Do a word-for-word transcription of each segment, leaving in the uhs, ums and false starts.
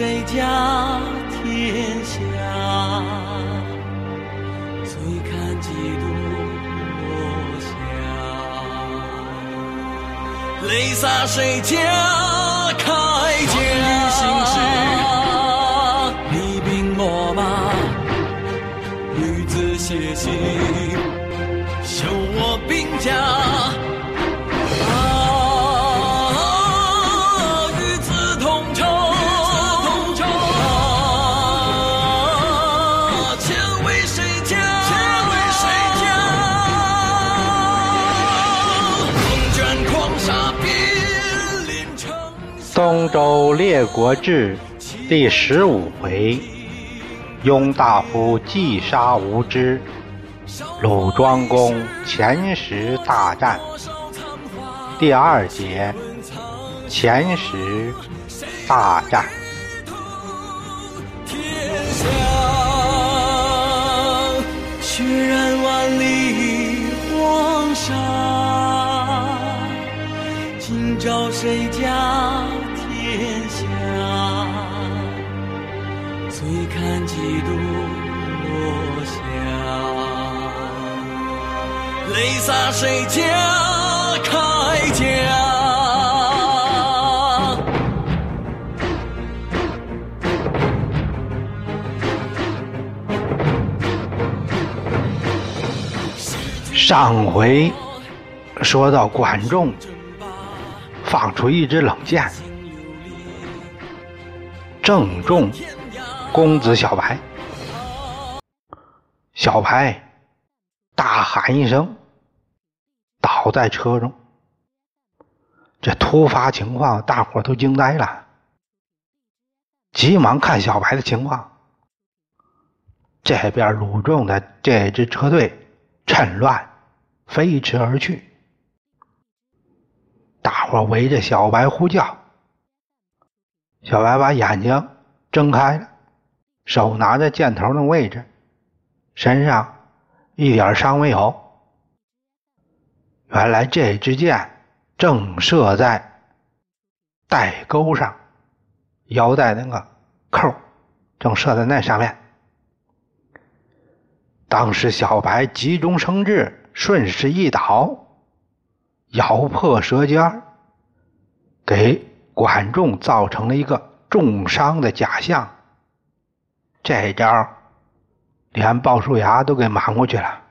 谁家天下，醉看几度落霞，泪洒谁家铠甲，厉兵秣马，女子写信修我兵家。 东周列国志第十五回，雍大夫击杀无知，鲁庄公前时大战。第二节，前时大战。 血染万里黄沙，今朝谁家天下，醉看几度落霞，泪洒谁家铠甲。 上回说到管仲放出一支冷箭，正中公子小白。小白大喊一声，倒在车中。这突发情况大伙都惊呆了，急忙看小白的情况。这边鲁仲的这支车队趁乱飞驰而去，大伙围着小白呼叫。小白把眼睛睁开了，手拿着箭头的位置，身上一点伤没有。原来这支箭正射在带钩上，腰带那个扣正射在那上面。当时小白急中生智，顺势一倒，咬破舌尖，给管仲造成了一个重伤的假象。这招连鲍叔牙都给瞒过去了。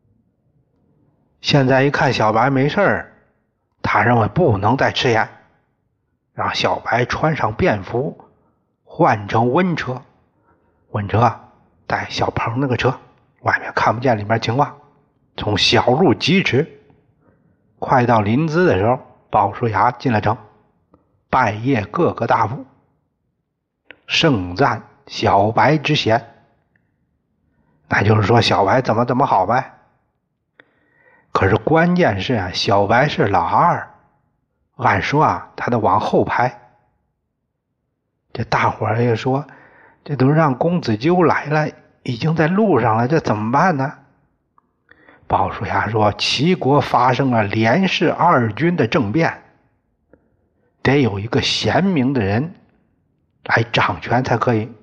现在一看小白没事儿，他认为不能再迟延，让小白穿上便服，换成温车。温车带小鹏那个车，外面看不见里面情况，从小路疾驰。快到临淄的时候，鲍叔牙进了城，拜谒各个大夫，盛赞小白之贤。那就是说小白怎么怎么好呗。可是关键是啊，小白是老二，按说啊他得往后排。这大伙儿也说，这都让公子纠来了，已经在路上了，这怎么办呢？鲍叔牙说，齐国发生了连氏二军的政变，得有一个贤明的人来掌权才可以。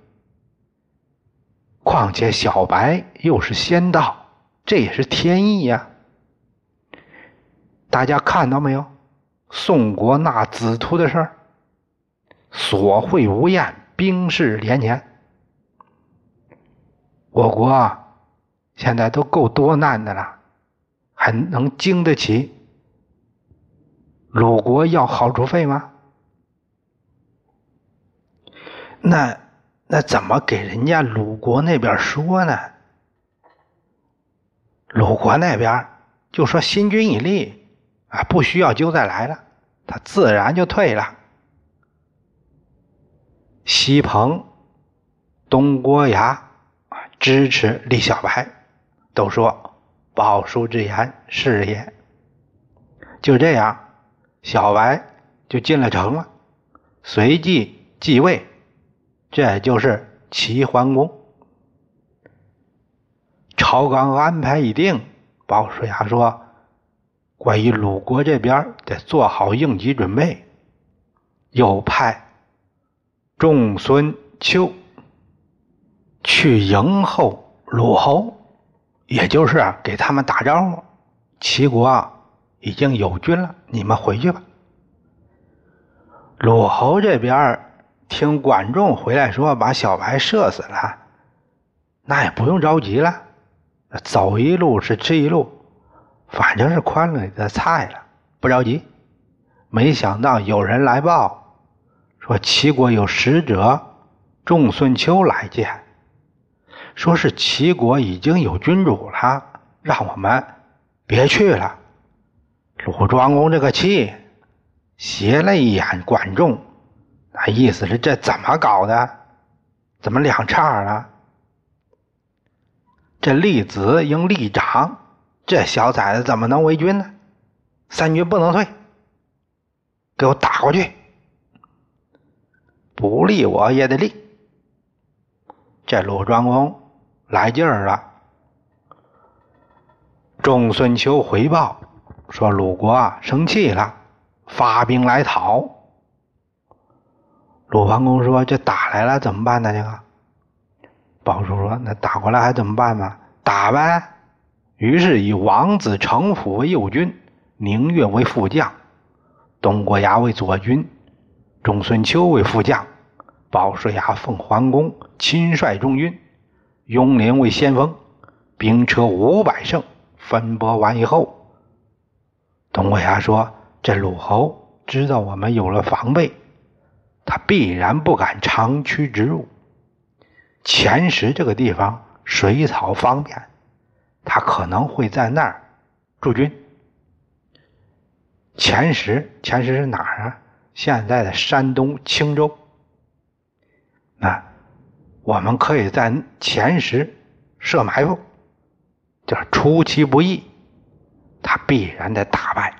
况且小白又是先到，这也是天意呀。大家看到没有？宋国纳子突的事儿，所会无厌，兵势连年。我国啊现在都够多难的了，还能经得起鲁国要好处费吗？那那怎么给人家鲁国那边说呢？鲁国那边就说新军已立啊，不需要纠再来了，他自然就退了。西彭、东郭牙支持李小白，都说鲍叔之言是也。就这样，小白就进了城了，随即继位，这就是齐桓公。朝纲安排已定，鲍叔牙说，关于鲁国这边得做好应急准备，又派仲孙秋去迎候鲁侯，也就是给他们打招呼，齐国已经有军了，你们回去吧。鲁侯这边听管仲回来说把小白射死了，那也不用着急了，走一路是吃一路，反正是筐里的菜了，不着急。没想到有人来报说齐国有使者仲孙秋来见，说是齐国已经有君主了，让我们别去了。鲁庄公这个气，斜了一眼管仲，那意思是这怎么搞的？怎么两岔了？这立子应立长，这小崽子怎么能为君呢？三军不能退，给我打过去！不立我也得立。这鲁庄公来劲儿了。仲孙秋回报说鲁国啊生气了，发兵来讨。鲁桓公说这打来了怎么办呢？这个鲍叔说那打过来还怎么办嘛？打呗。于是以王子成府为右军，宁越为副将，东郭牙为左军，仲孙秋为副将，鲍叔牙奉桓公亲率中军，雍林为先锋，兵车五百乘。分拨完以后，东郭牙说这鲁侯知道我们有了防备，他必然不敢长驱直入。前石这个地方水草方便，他可能会在那儿驻军。前石，前石是哪儿啊？现在的山东青州。那我们可以在前石设埋伏，就是出其不意，他必然得打败。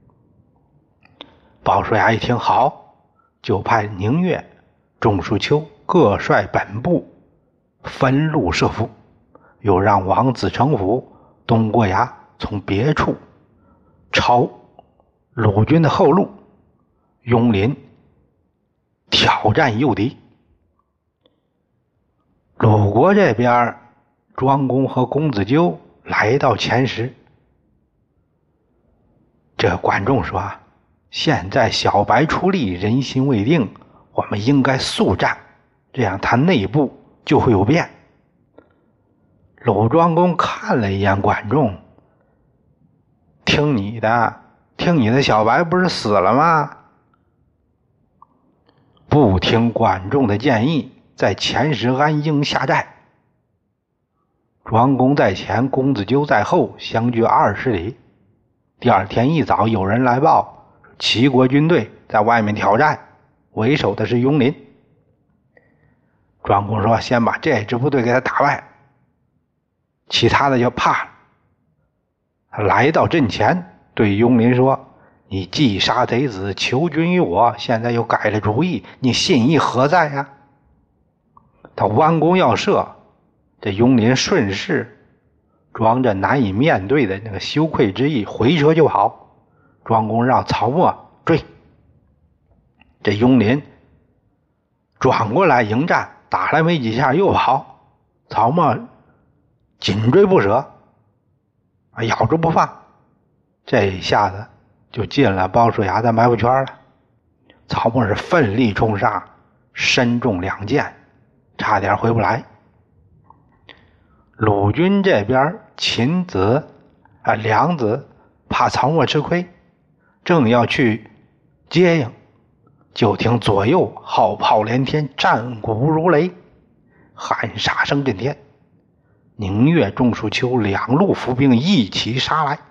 鲍叔牙一听好，就派宁越、仲舒丘各率本部分路设伏，又让王子成府、东郭牙从别处抄鲁军的后路，雍林挑战诱敌。鲁国这边，庄公和公子纠来到前石。这管仲说啊，现在小白出力，人心未定，我们应该速战，这样他内部就会有变。鲁庄公看了一眼管仲，听你的，听你的，小白不是死了吗？不听管仲的建议，在前石安营下寨。庄公在前，公子纠在后，相距二十里。第二天一早，有人来报，齐国军队在外面挑战，为首的是雍林。庄公说先把这支部队给他打败，其他的就怕了。他来到阵前，对雍林说，你既杀贼子，求君于我，现在又改了主意，你信义何在呀？他弯弓要射，这雍林顺势装着难以面对的那个羞愧之意，回车就跑。庄公让曹沫追，这雍林转过来迎战，打了没几下又跑，曹沫紧追不舍，咬住不放，这一下子就进了鲍叔牙的埋伏圈了。曹沫是奋力冲杀，身中两箭，差点回不来。鲁军这边，秦子啊梁子怕曹沫吃亏，正要去接应，就听左右号炮连天，战鼓如雷，喊杀声震天。宁越、仲舒丘两路伏兵一起杀来，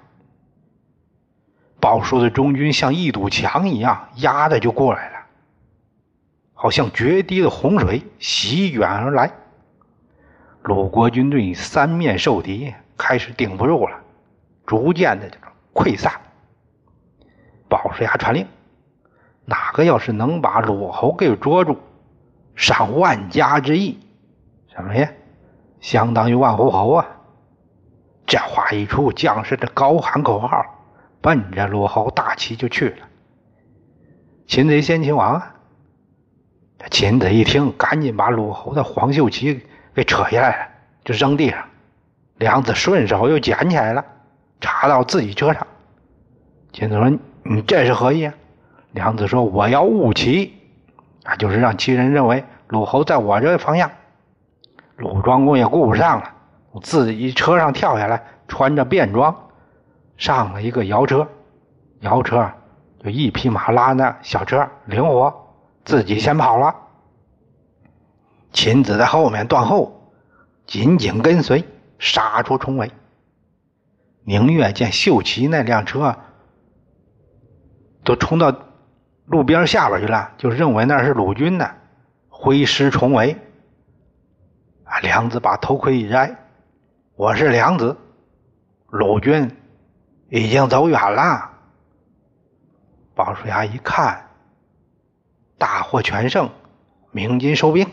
鲍叔的中军像一堵墙一样压着就过来了，好像决堤的洪水席卷而来。鲁国军队三面受敌，开始顶不住了，逐渐的溃散。鲍叔牙传令，哪个要是能把鲁侯给捉住，赏万家之邑。什么呀？相当于万户侯啊！这话一出，将士的高喊口号，奔着鲁侯大旗就去了。擒贼先擒王啊！ 这秦子一听，赶紧把鲁侯的黄袖旗给扯下来了，就扔地上。梁子顺手又捡起来了，插到自己车上。秦子说：“你这是何意啊？”梁子说：“我要误骑，啊，就是让其人认为鲁侯在我这方向。”鲁庄公也顾不上了，从自己车上跳下来，穿着便装，上了一个摇车。摇车就一匹马拉那小车，灵活，自己先跑了。秦子在后面断后，紧紧跟随，杀出重围。宁越见秀奇那辆车都冲到路边下边去了，就认为那是鲁军呢，挥师重围。啊，梁子把头盔一摘：“我是梁子，鲁军已经走远了。”鲍叔牙一看，大获全胜，鸣金收兵。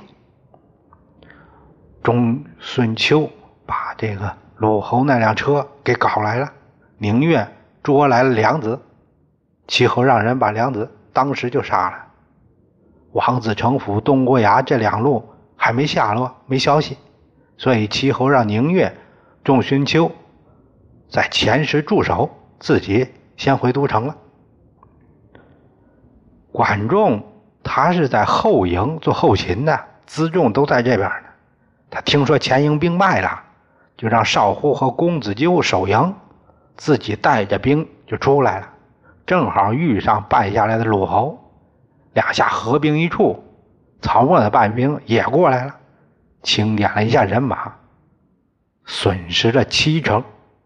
中孙丘把这个鲁侯那辆车给搞来了，宁越捉来了梁子，其后让人把梁子当时就杀了。王子成府、东郭牙这两路还没下落，没消息，所以齐侯让宁越、仲孙丘在前时驻守，自己先回都城了。管仲他是在后营做后勤的，辎重都在这边呢。他听说前营兵败了，就让少乎和公子纠守营，自己带着兵就出来了，正好遇上败下来的鲁侯，两下合兵一处，曹沫的败兵也过来了，清点了一下人马，损失了七成。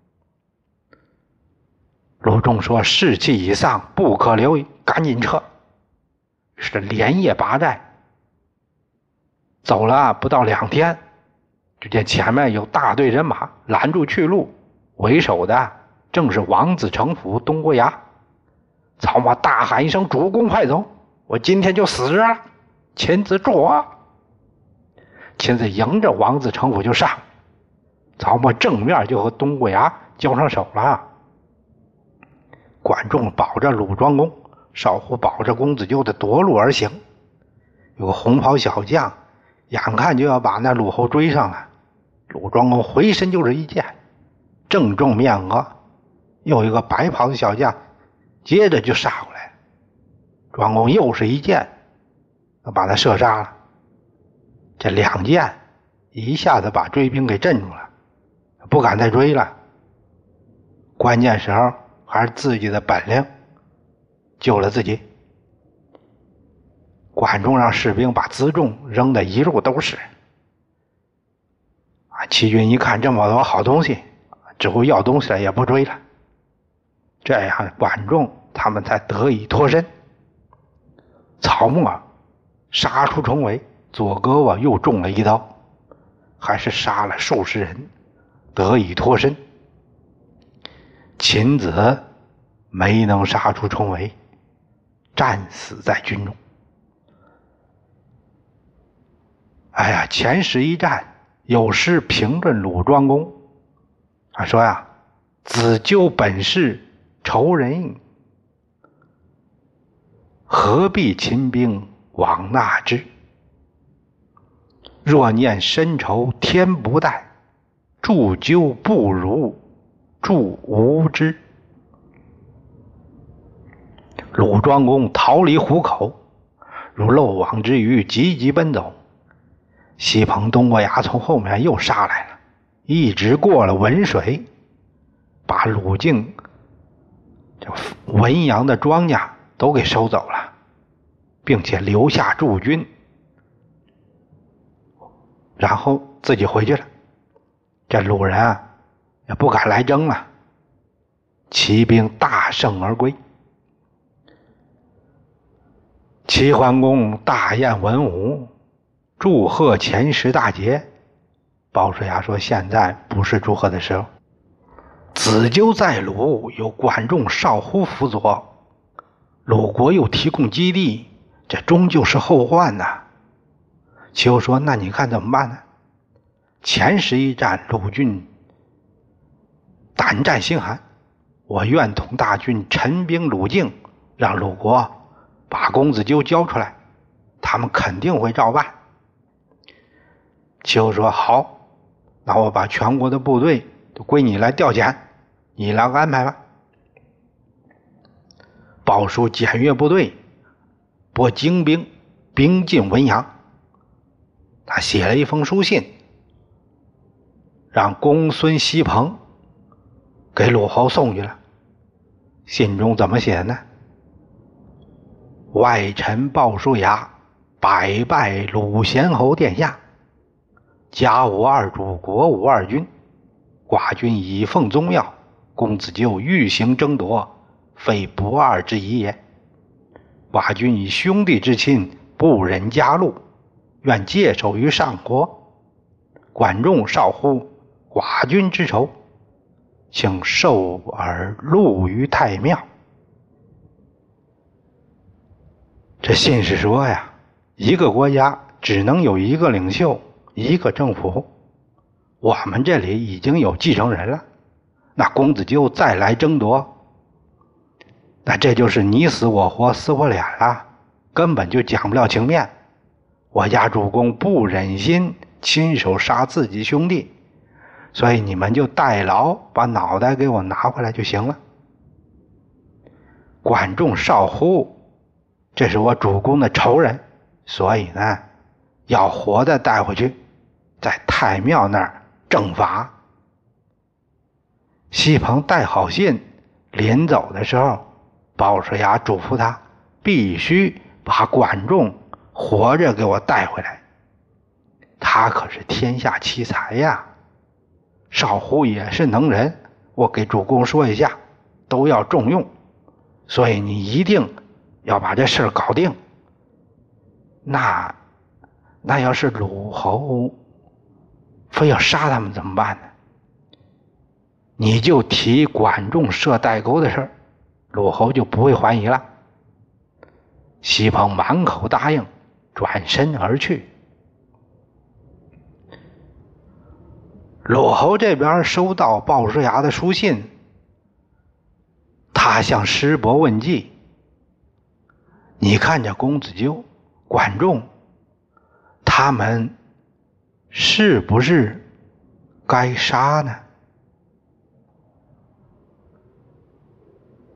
鲁仲说：“士气已丧，不可留矣，赶紧撤。”是连夜拔寨，走了不到两天，只见前面有大队人马拦住去路，为首的正是王子成府、东郭牙。曹沫大喊一声：“主公快走，我今天就死这了！”秦子住我。秦子迎着王子成府就上，曹沫正面就和东郭牙交上手了。管仲保着鲁庄公，少乎保着公子纠的夺路而行。有个红袍小将眼看就要把那鲁侯追上了，鲁庄公回身就是一箭，正中面额。又一个白袍的小将接着就杀过来，庄公又是一箭，把他射杀了。这两箭一下子把追兵给镇住了，不敢再追了。关键时候还是自己的本领救了自己。管仲让士兵把辎重扔得一路都是。啊，齐军一看这么多好东西，只会要东西了，也不追了。这样管仲他们才得以脱身。曹沫杀出重围，左胳膊又中了一刀，还是杀了数十人，得以脱身。秦子没能杀出重围，战死在军中。哎呀，前十一战有诗评论鲁庄公，他说呀：“子纠本是仇人应，何必秦兵往纳之？若念深仇天不待，助纠不如助无知。”鲁庄公逃离虎口，如漏网之鱼，急急奔走。西彭、东郭牙从后面又杀来了，一直过了文水，把鲁境这文阳的庄稼都给收走了，并且留下驻军，然后自己回去了。这鲁人啊也不敢来争了，骑兵大胜而归。齐桓公大宴文武，祝贺前十大捷。鲍叔牙说：“现在不是祝贺的时候。子纠在鲁，有管仲、少乎辅佐，鲁国又提供基地，这终究是后患呐。”齐侯说：“那你看怎么办呢？前十一战，鲁军胆战心寒，我愿统大军陈兵鲁境，让鲁国把公子纠交出来，他他们肯定会照办。齐侯说好，那我把全国的部队都归你来调遣，你来安排吧。鲍叔检阅部队，拨精兵，兵进文阳。他写了一封书信，让公孙锡鹏给鲁侯送去了。信中怎么写呢？外臣鲍叔牙百拜鲁贤侯殿下，家无二主，国无二君，寡君以奉宗庙，公子纠欲行争夺，非不二之疑也。寡君以兄弟之亲，不忍加禄，愿戒守于上国。管仲少乎寡君之仇，请授尔禄于太庙。这信是说呀，一个国家只能有一个领袖，一个政府。我们这里已经有继承人了，那公子纠再来争夺，那这就是你死我活，撕破脸了，根本就讲不了情面。我家主公不忍心亲手杀自己兄弟，所以你们就代劳，把脑袋给我拿回来就行了。管仲少乎，这是我主公的仇人，所以呢，要活的带回去，在太庙那儿正法。锡鹏带好信，临走的时候，鲍叔牙嘱咐他必须把管仲活着给我带回来，他可是天下奇才呀。少乎也是能人，我给主公说一下，都要重用，所以你一定要把这事搞定。那那要是鲁侯非要杀他们怎么办呢？你就提管仲设代沟的事儿，鲁侯就不会怀疑了。锡鹏满口答应，转身而去。鲁侯这边收到鲍叔牙的书信，他向师伯问计，你看这公子纠、管仲，他们是不是该杀呢？